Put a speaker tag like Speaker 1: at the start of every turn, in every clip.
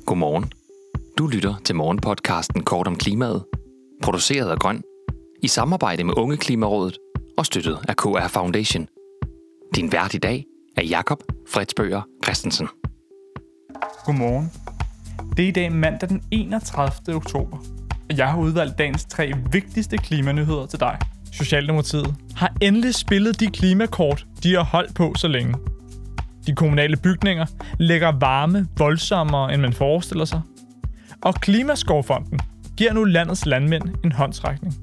Speaker 1: Godmorgen. Du lytter til morgenpodcasten Kort om klimaet, produceret af Grøn, i samarbejde med Unge Klimarådet og støttet af KR Foundation. Din vært i dag er Jakob Fredsbøger Christensen.
Speaker 2: Godmorgen. Det er i dag mandag den 31. oktober, og jeg har udvalgt dagens 3 vigtigste klimanyheder til dig. Socialdemokratiet har endelig spillet de klimakort, de har holdt på så længe. De kommunale bygninger lægger varme voldsommere, end man forestiller sig. Og Klimaskovfonden giver nu landets landmænd en håndsrækning.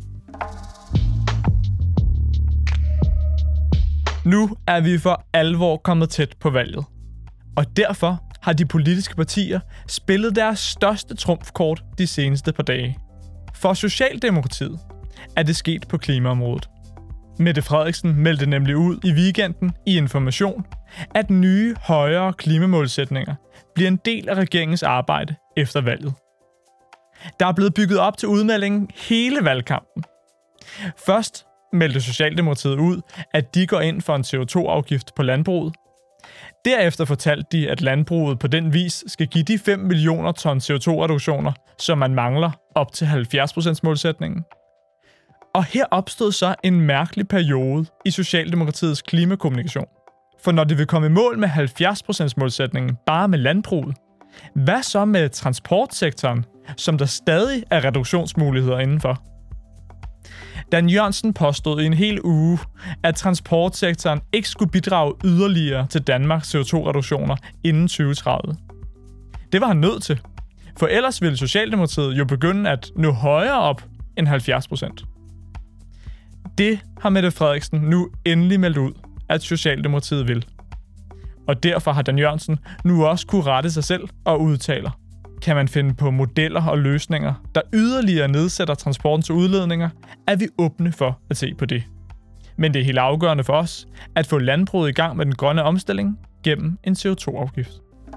Speaker 2: Nu er vi for alvor kommet tæt på valget. Og derfor har de politiske partier spillet deres største trumfkort de seneste par dage. For Socialdemokratiet er det sket på klimaområdet. Mette Frederiksen meldte nemlig ud i weekenden i Information, at nye, højere klimamålsætninger bliver en del af regeringens arbejde efter valget. Der er blevet bygget op til udmeldingen hele valgkampen. Først meldte Socialdemokratiet ud, at de går ind for en CO2-afgift på landbruget. Derefter fortalte de, at landbruget på den vis skal give de 5 millioner ton CO2-reduktioner, som man mangler op til 70%-målsætningen. Og her opstod så en mærkelig periode i Socialdemokratiets klimakommunikation. For når de vil komme i mål med 70%-målsætningen bare med landbruget, hvad så med transportsektoren, som der stadig er reduktionsmuligheder indenfor? Dan Jørgensen påstod i en hel uge, at transportsektoren ikke skulle bidrage yderligere til Danmarks CO2-reduktioner inden 2030. Det var han nødt til, for ellers ville Socialdemokratiet jo begynde at nå højere op end 70%. Det har Mette Frederiksen nu endelig meldt ud, at Socialdemokratiet vil. Og derfor har Dan Jørgensen nu også kunne rette sig selv og udtaler: kan man finde på modeller og løsninger, der yderligere nedsætter transportens udledninger, er vi åbne for at se på det. Men det er helt afgørende for os at få landbruget i gang med den grønne omstilling gennem en CO2-afgift.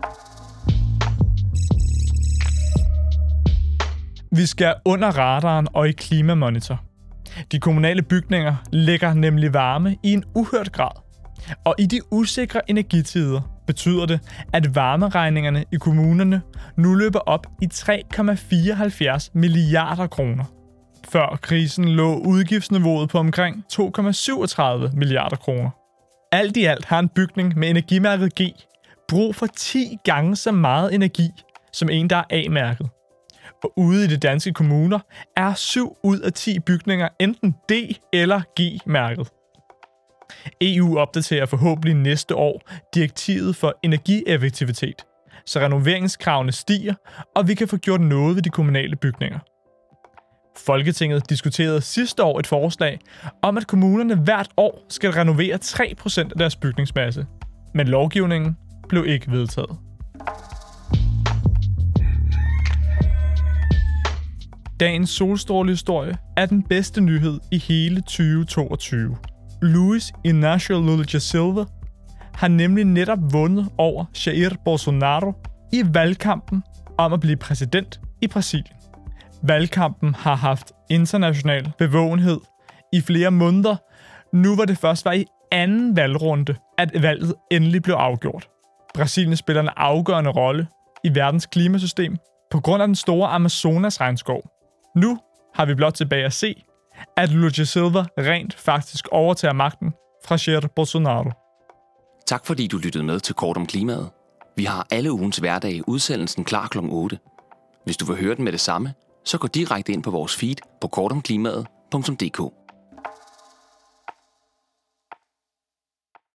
Speaker 2: Vi skal under radaren og i Klimamonitor. De kommunale bygninger lægger nemlig varme i en uhørt grad. Og i de usikre energitider betyder det, at varmeregningerne i kommunerne nu løber op i 3,74 milliarder kroner. Før krisen lå udgiftsniveauet på omkring 2,37 milliarder kroner. Alt i alt har en bygning med energimærket G brug for 10 gange så meget energi som en, der er A-mærket. Og ude i de danske kommuner er 7 ud af 10 bygninger enten D- eller G-mærket. EU opdaterer forhåbentlig næste år direktivet for energieffektivitet, så renoveringskravene stiger, og vi kan få gjort noget ved de kommunale bygninger. Folketinget diskuterede sidste år et forslag om, at kommunerne hvert år skal renovere 3% af deres bygningsmasse, men lovgivningen blev ikke vedtaget. Dagens solstrålehistorie er den bedste nyhed i hele 2022. Luiz Inácio Lula da Silva har nemlig netop vundet over Jair Bolsonaro i valgkampen om at blive præsident i Brasilien. Valgkampen har haft international bevågenhed i flere måneder. Nu var det først i anden valgrunde, at valget endelig blev afgjort. Brasilien spiller en afgørende rolle i verdens klimasystem på grund af den store Amazonas-regnskov. Nu har vi blot tilbage at se, at Lula da Silva rent faktisk overtager magten fra Jair Bolsonaro.
Speaker 1: Tak fordi du lyttede med til Kort om klimaet. Vi har alle ugens hverdage udsendelsen klar kl. 8. Hvis du vil høre den med det samme, så gå direkte ind på vores feed på kortomklimaet.dk.